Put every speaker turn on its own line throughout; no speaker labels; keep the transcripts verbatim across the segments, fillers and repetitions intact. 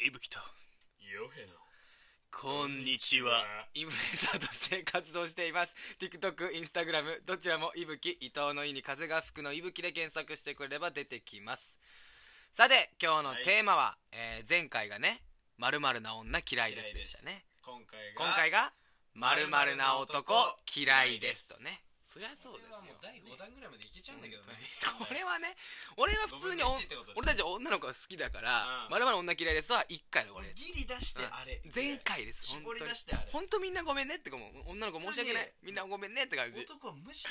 いぶきと
ヨヘの
こんにちは。インフルエンサーとして活動しています。 TikTok、Instagram どちらもいぶき、伊藤のいに風が吹くのいぶきで検索してくれれば出てきます。さて今日のテーマは、はい、えー、前回がね〇〇な女嫌いですでしたね。
今回が
今回が〇〇な男嫌いですとね。そりゃそうですよ。
だいごだんぐらいまでいけちゃうんだけどね。
これはね、俺は普通に俺たち女の子が好きだから「まるまる女嫌いです」はいっかいで俺
ギリ出してあれ
前回です。
絞り出してあれ
本当みんなごめんねってか、もう女の子申し訳ない、みんなごめんねって感じ。
男は無視で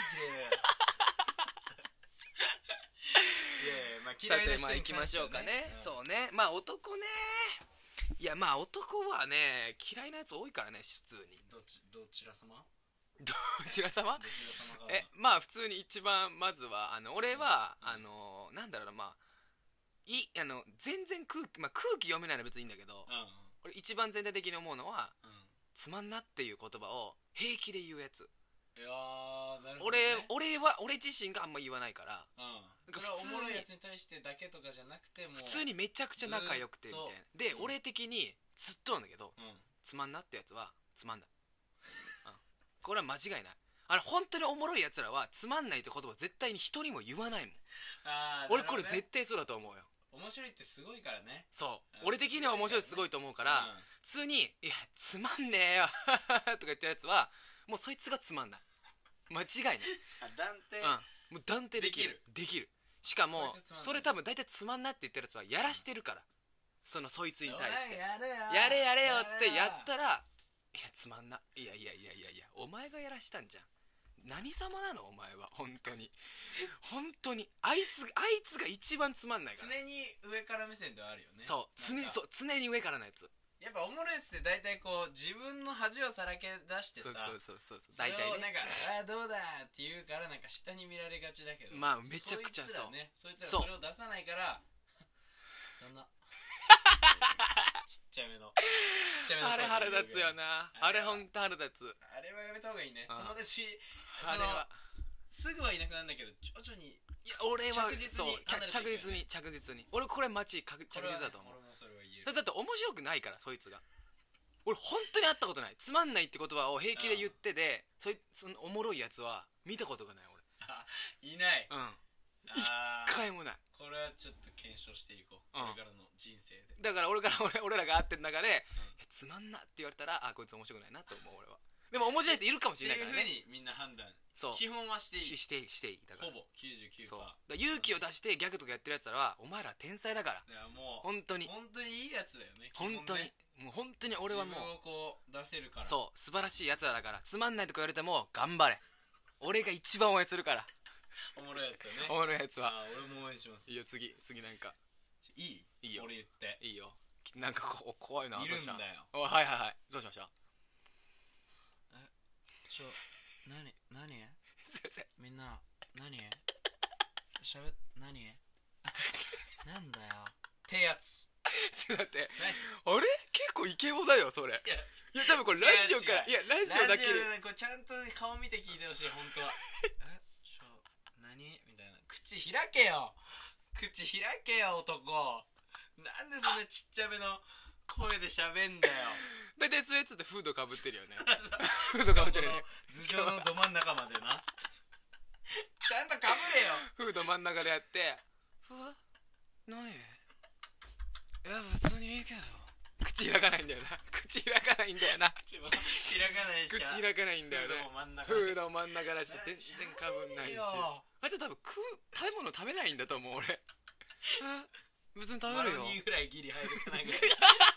いやいや、まあ嫌いな人に関してはね。
まあ行きましょうかね。そうね、まあ男ね、いやまあ男はね嫌いなやつ多いからね。普通に
どちどちら様
どちら様
どちら様が
えまあ普通に一番まずはあの俺は、うん、あのなんだろうな、まあいあの全然空気、まあ、空気読めないのは別にいいんだけど、うんうん、俺一番全体的に思うのは、うん、つまんなっていう言葉を平気で言うやつ。
いやーなるほど、ね、
俺俺は俺自身があんま言わないから、うん、なんか普通に
それはおもろいやつに対してだけとかじゃなくても
普通にめちゃくちゃ仲良くてみたいなで、うん、俺的にずっとなんだけど、うん、つまんなってやつはつまんない、うん、これは間違いない。あれ本当におもろいやつらはつまんないって言葉絶対に一人も言わないもん。
あ、
俺これ絶対そうだと思うよ。
面白いってすごいからね。
そう、俺的には面白いってすごいと思うから、うん、普通に「いやつまんねえよ」とか言ってるやつはもうそいつがつまんない。間違いない。
断定、
うん、もう断定できるできる。しかもそれ多分大体つまんないって言ってるやつはやらしてるから、うん、そのそいつに対して
やれ
やれやれよっつってやったら「いやつまんな、いやいやいやいやいやお前がやらしたんじゃん、何様なのお前は本当に本当にあいつあいつが一番つまんないから」
常に上から目線ではあるよね。
そう常にそう常に上からのやつ。
やっぱおもろいやつって大体こう自分の恥をさらけ出してさ、
そうそうそうそう、
大体ね、なんか「ああどうだ」って言うからなんか下に見られがちだけど、
まあめちゃくちゃそう
ね、そいつらそれを出さないからそんなちっちゃめのちっちゃめの
あれ腹立つよな。あれほんと腹立つ。
あれはやめた方がいいね。友達
あれは
すぐはいなくなるんだけど徐々に、
いや俺は
着実に
そう着実に着実に俺これマジ着実だと思う。
俺もそれは言える。
だって面白くないからそいつが。俺本当に会ったことない。つまんないって言葉を平気で言ってでそいつのおもろいやつは見たことがない俺。
いない。
うん、一回もない。
これはちょっと検証していこう、うん、これからの人生で。
だから俺から俺俺らが会ってる中で、うん、つまんなって言われたらあこいつ面白くないなと思う俺は。でも面白いやついるかもしれないからね。
っていう風にみんな判断。そう基本はしていいし
してしていいだから
ほぼ きゅうじゅうきゅうパーセント。
そうだ勇気を出してギャグとかやってるやつらはお前ら天才だから。
いやもう
本当に
本当にいいやつだよね。
本当にもう本当に俺はもう
自分をこう出せるから。
そう素晴らしいやつらだから。つまんないとか言われても頑張れ俺が一番応援するから
おもろいやつよね。
おもろいやつは。
あ俺も応援します。
いいよ次次なんか
いい
いいよ
俺言って
いいよ。なんかこ怖いな。
いるんだよ。
おはいはいはい。どうしました？
えちょ何何
すいません
みんな何しゃべ何なんだよってやつ。
ちょっと待って、あれ結構イケボだよそれ。いやいや多分これラジオからいやラジオだけで
これちゃんと顔見て聞いてほしい本当は。えちょ何みたいな。口開けよ口開けよ男。なんでそんなちっちゃめの声で喋んだよ。
だいたいそういうやつってフードかぶってるよねフードかぶってるね。
頭上のど真ん中までなちゃんとかぶれよ。
フード真ん中でやってふわ何いや普通にいいけど口開かないんだよな口開かないんだよな
口も開かないし
口開かないんだよね。フード真ん中だし全然かぶんないし。あと多分食う食べ物食べないんだと思う俺。別に食べるよ。マロニ
ーぐらいギリ入るかないぐらい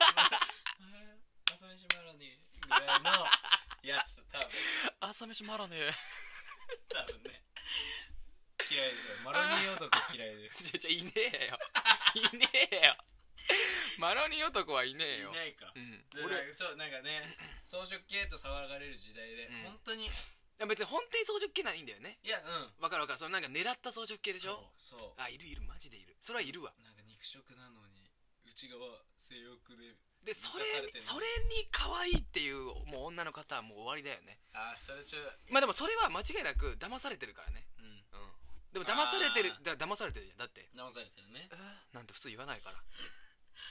朝飯マロニーぐらいのやつ多分
朝飯マロニー
多分ね嫌いですよ。マロニー男嫌いです。
じゃじゃいねえよいねえよマロニー男はいねえよ。
いないか、
うん、
俺そうなんかね装飾系と騒がれる時代で、うん、本当にい
や別に本当に装飾系ないんだよね。
いやうん
分かる分かる。そのなんか狙った装飾系でしょ。
そうそう
あいるいるマジでいる。それはいるわ。
なんか肉食なのに内側性欲で
でそれそれに可愛いっていうもう女の方はもう終わりだよね。
あそれちょ
まあでもそれは間違いなく騙されてるからね。うん、うん、でも騙されてるだ騙されてるじゃん。だって
騙されてるね
なんて普通言わないから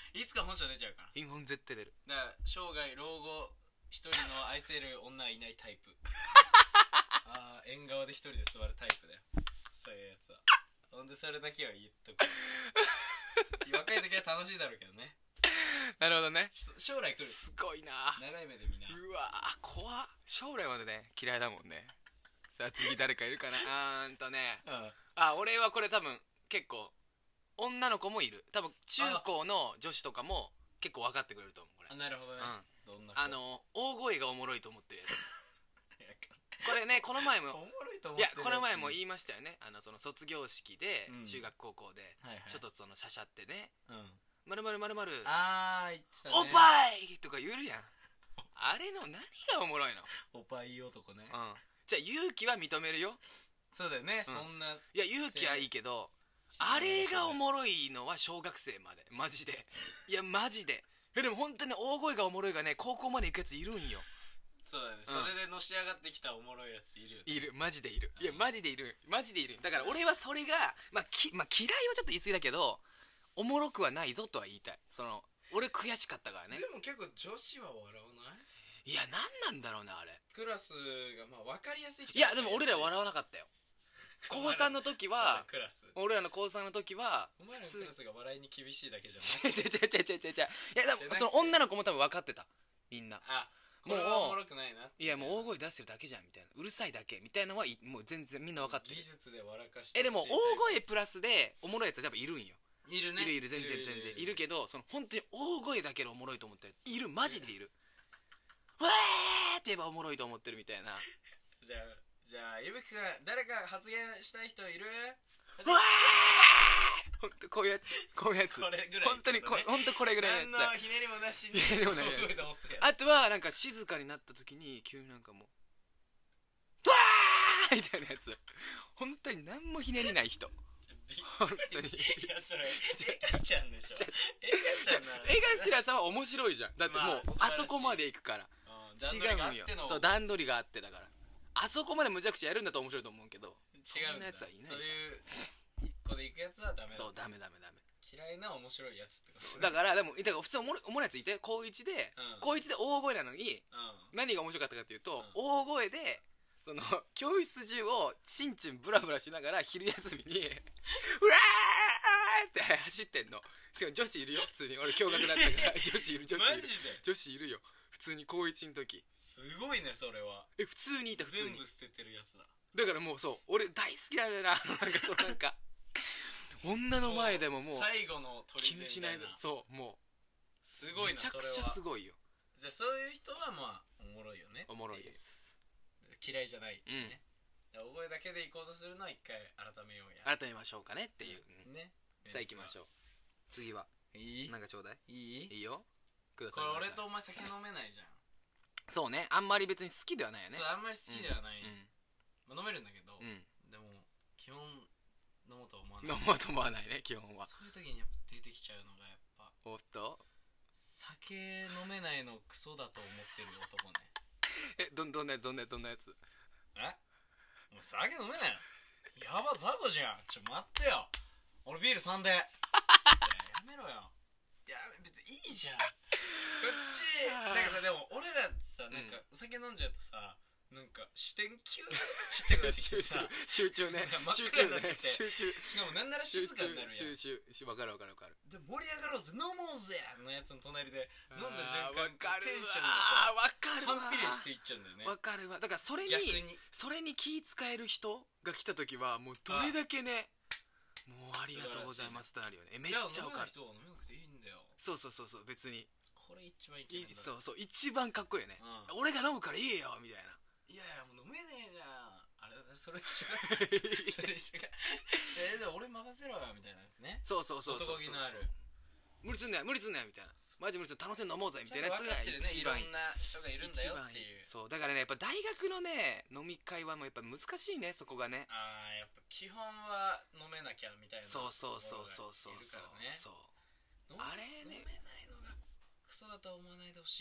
いつか本性出ちゃうから。
インフォン絶対出る。
だから生涯老後一人の愛せる女はいないタイプ。ああ縁側で一人で座るタイプだよ、そういうやつは。ほんでそれだけは言っとく。若い時は楽しいだろうけどね。
なるほどね。
将来来る。
すごいな。
長い目で見な。
うわー怖っ。将来までね嫌いだもんね。さあ次誰かいるかな。あーんとね、
うん、
あ俺はこれ多分結構女の子もいる。多分中高の女子とかも結構分かってくれると思うこれ。
あなるほどね、
うん、
どんな子。
あの大声がおもろいと思ってるやつ。これねこの前も
おもろいと思っ
いや
てるやつ。
この前も言いましたよね。あのその卒業式で、
うん
中学高校で、
はいはい、
ちょっとそのシャシャってね
うん
「まるまるまるまる
あー言ってたね。
おっぱい!」とか言うやん。あれの何がおもろいの。
おっぱいいい男ね。
うんじゃあ勇気は認めるよ。
そうだよね、
うん
そんな。
いや勇気はいいけどあれがおもろいのは小学生までマジで。いやマジで。えでも本当に大声がおもろいがね高校まで行くやついるんよ。
そうだね、それでのし上がってきたおもろいやついるよね。
いるマジでいる。いやマジでいるマジでいる。だから俺はそれがまあ、きまあ、嫌いはちょっと言い過ぎだけどおもろくはないぞとは言いたい。その俺悔しかったからね。
でも結構女子は笑わない？
いや何なんだろうなあれ。
クラスがまあ分かりやすいっち
いやでも
ゃ分かりやすい。
俺ら笑わなかったよ。高さんの時は
クラス
俺らの高さんの時は
お前らのクラスが笑いに厳しいだけじゃ
違う違う違う違う違う違う。いやでもその女の子も多分分かってたみんな。
あこれはおもろくないな。
いやもう大声出してるだけじゃんみたいなうるさいだけみたいなのはいもう全然みんな分かってる。
技術で笑かして
えでも大声プラスでおもろいやつは多分いるんよ。
いるね。
いるいる全然全然いるけどその本当に大声だけでおもろいと思ってるいるマジでいる。わーって言えばおもろいと思ってるみたいな。
じゃあじゃあいぶきが誰か発言したい人いる？
わー本当こういうやつこういうやつ
これぐらい
本当にこ本当これぐらいのやつ。
何のひねりもなしに
ひねりもないやつ
大声で押すやつ。
あとはなんか静かになった時に急になんかもうわーみたいなやつ。本当に何もひねりない人。本当に。
いやそれエガちゃんでしょ。エガちゃんなら
江頭さんは面白いじゃん。だってもう
まあ
あそこまで行くから違うんよ。そう段取りがあってだからあそこまでむちゃくちゃやるんだと面白いと思うけど
違うんだ。
そんなやつはいないから。
そういう一個で行くやつはダメだ。
そうダメダメダメ。
嫌いな面白いやつってこと
だからでもだから普通おもろいおもろいやついて高いちで
うん
高いちで大声なのに
うん
何が面白かったかっていうと
う
大声でその教室中をチンチンブラブラしながら昼休みにうわーって走ってんの。しかも女子いるよ普通に。俺驚愕だったから女子いる女子いる
マジで
女子いるよ普通に高いちの時。
すごいねそれは。
え普通にいた普通に。
全部捨ててるやつだ。
だからもうそう俺大好きなんだよななんかそうなんか女の前でももう
最後の
気にしないで
砦みたいな。
そうも
すごいな
うめちゃくちゃすごいよ。
それは。じゃあそういう人はまあおもろいよね。
おもろいです。
嫌いじゃない、
うん
ね。大声だけで行こうとするのは一回改めようや。
改めましょうかねっていう、うん
ね。
さあ行きましょう。次は。
いい
なんかちょうだい。
いい
いいよくだ
こ
さい。
れ俺とお前酒飲めないじゃん。
そうねあんまり別に好きではないよね。
そうあんまり好きではない、
うん
まあ、飲めるんだけど、
うん
でも基本飲もうとは思わ
うん、
ない。
飲もうと思わないね基本は。
そういう時にやっぱ出てきちゃうのがやっぱ
おっと
酒飲めないのクソだと思ってる男ね。
えどんどんなやつどんなやつどんなやつ。
えお前酒飲めないのやば雑魚じゃん。ちょ待ってよ俺ビールさんでいややめろよ。いや別にいいじゃんこっちなんかさ。でも俺らさなんかお酒飲んじゃうとさなんか視点キューッちっちゃくなってきてさ
集中ね
なんか真っ
集中ね
暗になってきて
集中
しかもなんなら静かになるやん。
集中集中わかるわかるわかる。
で盛り上がろうぜ飲もうぜのやつの隣で飲んだ瞬
あー
間
わかる
テンション
わ
が
わかる
さ
わ
反比例していっちゃうんだよね。
わかるわ。だからそれに
逆に
それに気使える人が来た時はもうどれだけねもうありがとうございますってなるよね。えめっちゃわかる。
じゃあ飲めない人は飲めなくていいんだよ。
そうそうそうそう別に
これ一番い
い
けないんだ。
そうそう一番かっこいいよね、
う
俺が飲むからいいよみたいない
やいやもう飲めねえじゃんあれそれ違うそれ違うえー、でも俺任せろよみたいなやつね。
そうそうそうそう
男気のある
無理すんなよ無理すんなよみたいなマジ無理すんな楽しんで飲もうぜみ
ちゃんと
たいなやつが
分かってるね。
一番いい
いろんな人がいるんだよっていう。
そうだからねやっぱ大学のね飲み会はもうやっぱ難しいねそこがね。
ああやっぱ基本は飲めなきゃみたいな
そうそうそうそうそう
いる
そう
からね。
そう
飲め
あれね
飲めないのがクソだとは思わないでほしい。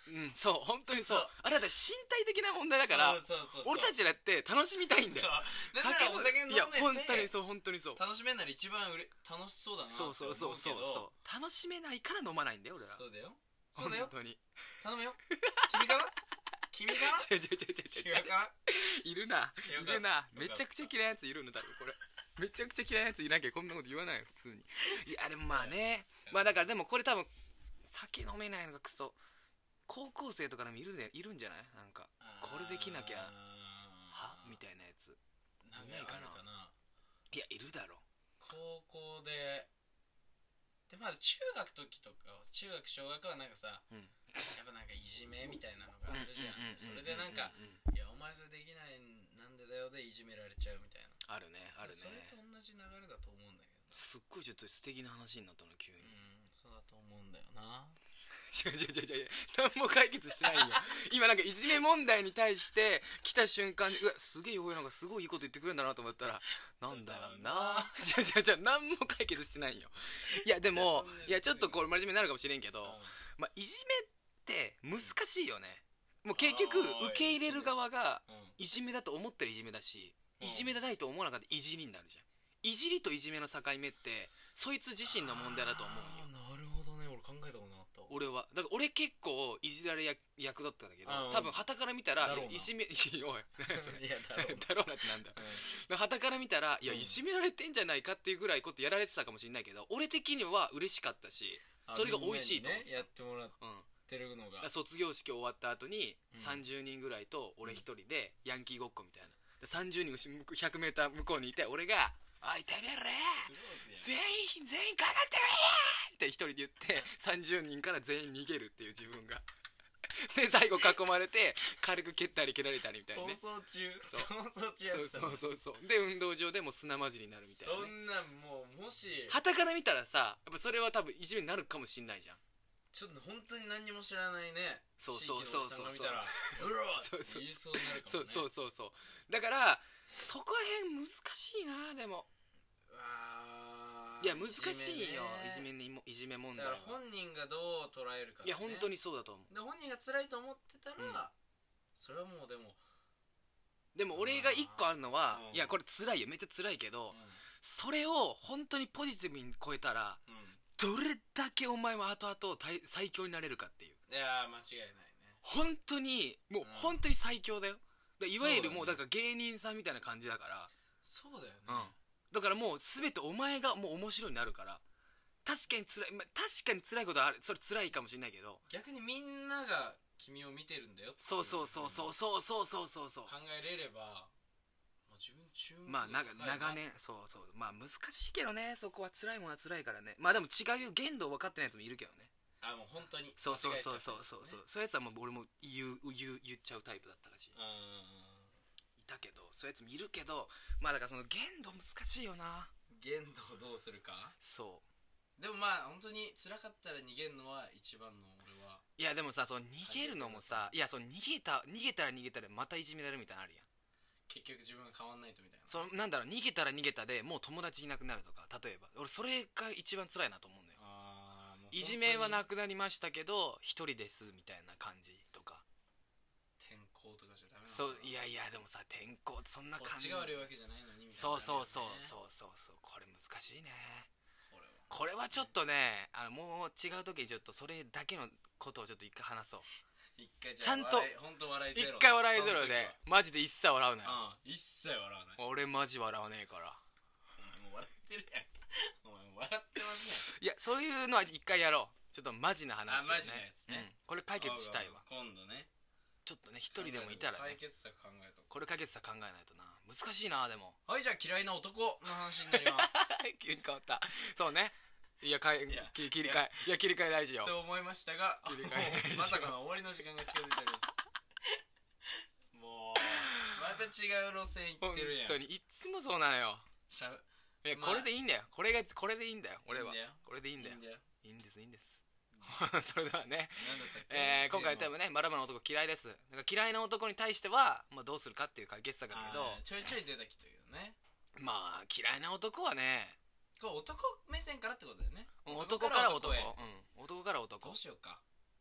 うんそう本当にそう
そう
あれだって身体的な問題だから
そうそうそうそう
俺たちだって楽しみたいんだ
そう
よ
だからお酒飲んで
いや本当に
て
そう本当にそう
楽しめんなら一番うれ楽しそうだなって思
そううそうそうそう
けど
そう楽しめないから飲まないんだよ俺ら
そうだよそうだよ
本当に
頼むよ君かな君かな
違う違う違う違う
違うか
いるない
よかった
るな
よかった
めちゃくちゃ嫌いなやついるの多分これめちゃくちゃ嫌いなやついなきゃこんなこと言わないよ普通にいやでもまあねまあだからでもこれ多分酒飲めないのがクソ高校生とかでもいるねいるんじゃないなんかこれできなきゃはみたいなやつ
なん
いないかな
かあるかない
やいるだろ
高校ででまず中学時とか中学小学はなんかさ、
うん
やっぱなんかいじめみたいなのがあるじゃん、
うんうんうんうん
それでなんか
うんうん
いやお前それできないなんでだよでいじめられちゃうみたいな
あるねあるね
それと同じ流れだと思うんだけど
すっごいちょっと素敵な話になったの急に
うんそうだと思うんだよな
違う違う違う違う何も解決してないよ今なんかいじめ問題に対して来た瞬間にうわすげえよなんかすごいいいこと言ってくれるんだなと思ったらなんだよな違う違う違う何も解決してないよいやでもいやちょっとこれ真面目になるかもしれんけど、まあ、いじめって難しいよねもう結局
あー
受け入れる側が
うん
いじめだと思ってるいじめだし
うん
いじめだないと思わなかったいじりになるじゃんいじりといじめの境目ってそいつ自身の問題だと思うんよ
あーなるほどね俺考えたことなかったわ
俺はだから俺結構いじられや役だったんだけど
うん
多分傍から見たら
だろうない
やいじめおい何それ
いやだろうな
だろうなってなんだよ
うん
傍から見たらいや
うん
いじめられてんじゃないかっていうぐらいことやられてたかもしれないけど俺的には嬉しかったし
あ
それが美味しいと思って
みんなにねやってもらっ
うん
てるのが
だから卒業式終わった後に
うん
さんじゅうにんぐらいと俺一人でヤンキーごっこみたいなでさんじゅうにん後ろひゃくメーター向こうにいて俺が「おいてめえら
クローズや
全員全員かかってくれや!」って一人で言ってさんじゅうにんから全員逃げるっていう自分がで最後囲まれて軽く蹴ったり蹴られたりみたいな
逃
ね
走中
そう
逃走中や
そう
ってた
そうそうそうで運動場でも砂混じりになるみたいなね
そんなんもうもし
傍から見たらさやっぱそれは多分いじめになるかもしんないじゃん
ちょっと本当に何にも知らないね
そうそうそうそう
地域のおじさんが見たら「うろ!」
そうそう
って言いそうになるかもね
そうそうそうそうだからそこら辺難しいなでも
あー
いや難しいよいじ
ね
めにもいじめ問題は
だから本人がどう捉えるかだね
いや本当にそうだと思う
で本人が辛いと思ってたら、
うん
それはもうでも、
でも俺が一個あるのは
うん
いやこれ辛いよめっちゃ辛いけどそれを本当にポジティブに超えたら
うんうん、
どれだけお前は後々最最強になれるかっていう
いやー間違いないね
本当にもう
うん
本当に最強だよだいわゆるもう
そうだね
だから芸人さんみたいな感じだから
そうだよね、
うんだからもう全てお前がもう面白いになるから確かに辛い、まあ、確かに辛いことはあるそれ辛いかもしれないけど
逆にみんなが君を見てるんだよって
そうそうそうそうそうそうそうそうそう
考えれればもう自分注目
まあ長長年そうそうまあ難しいけどねそこは辛いものは辛いからねまあでも違うよ限度分かってないやつもいるけどね
あもう本当に
そうそうそう
間違えちゃ
そうそうそうそういうやつはもう俺も言う言う言っちゃうタイプだったらしい
うんうんうん
いたけどそういうやつもいるけどまあだからその限度難しいよな
限度をどうするか
そ
でもまあ本当に辛かったら逃げるのは一番の俺は
ういやでもさその逃げるのもさいやその逃げた逃げたら逃げたでまたいじめられるみたいなのあるやん
結局自分が変わんないとみたいな
そのなんだろう逃げたら逃げたでもう友達いなくなるとか例えば俺それが一番辛いなと思うんだよ
あーもう
いじめはな
本
くなりましたけど一人ですみたいな感じとか
当に転校とかじゃダメなの
そういやいやでもさ転校ってそんな
こっ
感じ
ちが悪いわけじゃないのにみたいな
そうそうそう
う
そうそうそうこれ難しいね
これは
これはちょっとねあのもう違う時にちょっとそれだけのことをちょっと一回話そう
一回じ
ちゃんと
本当笑いゼロ
一回笑いゼロでマジで一切笑うなよ
うん一切笑わない
俺マジ笑わねえから
もう笑ってるやんお前もう笑ってますね
いやそういうのは一回やろうちょっとマジな話をね
あマジなやつね
うん、これ解決したいわ
今度ね
ちょっとね一人でもいたらね
解決策考えとこ
これ解決策考えないとな難しいなでも
うはいじゃあ嫌いな男の話になります
急に変わったそうねいやかい
いや
き切り替えいや切り替え大事よ
と思いましたが
切り替え
もうまさかの終わりの時間が近づいておりますもうまた違う路線行
本
ってるやん
当にいつもそうなのよ
しゃ
いや
まあ
これでいいんだよこれがこれでいいんだよ俺はい
いんだよ
これでいいんだよ
いいんだよ
いいんですいいんですそれではね
なんだったっけ
えー今回多分ねマラマの男嫌いですだから嫌いな男に対してはまあどうするかっていう解決策だけど
あーちょいちょい出てきたけどね
まあ嫌いな男はね
これ男目線からってことだよね
男から男
へ
うん男から男
どうしようか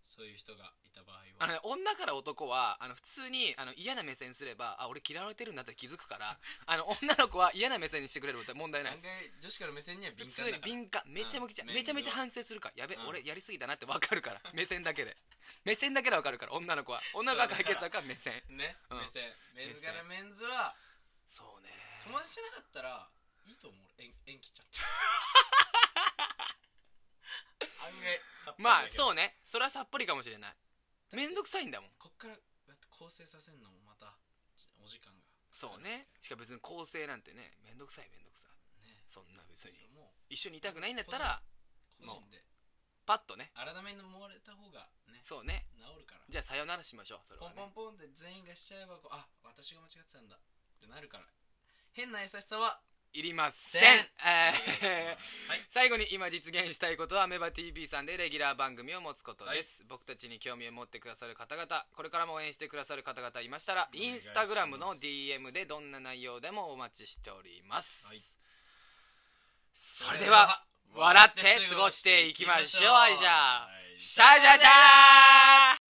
そういう人がいた場合は。
あのね、女から男はあの普通にあの嫌な目線すれば、あ、俺嫌われてるんだって気づくから、あの女の子は嫌な目線にしてくれることは問題ないです。
案外女子から目線には敏
普通
感だから。
に敏感、めちゃめちゃ、
うん
めちゃめちゃ反省するから、やべ、
うん
俺やりすぎたなって分かるから目線だけで目線だけで分かるから、女の子は女の子が解決策は目線。
ね、
うん
目線。メンズからメンズは
そうね、
友達じゃなかったらいいと思う。縁縁切っちゃって案外さっぱりだけど。
まあそうね、それはさっぱりかもしれない。めんどくさいんだもん。
こっからだって構成させるのもまたお時間が。
そうね、しかも別に構成なんてね、めんどくさいめんどくさい、
ね、
そんな別に
そうもう
一緒にいたくないんだったら
個人で
パッとね、
改めに思われた方がね、
そうね、
治るから。
じゃあさよならしましょう。それ
ポ
はね、
ンポンポンって全員がしちゃえばこう、あ、私が間違ってたんだってなるから。変な優しさはい
りません。
せん
えー
はい、
最後に今実現したいことはアメバ ティーブイ さんでレギュラー番組を持つことです、はい、僕たちに興味を持ってくださる方々、これからも応援してくださる方々いましたら、インスタグラムの ディーエム でどんな内容でもお待ちしております、はい、それでは笑って過ごしていきましょう。はい、じゃあ、シャーシャーシャー。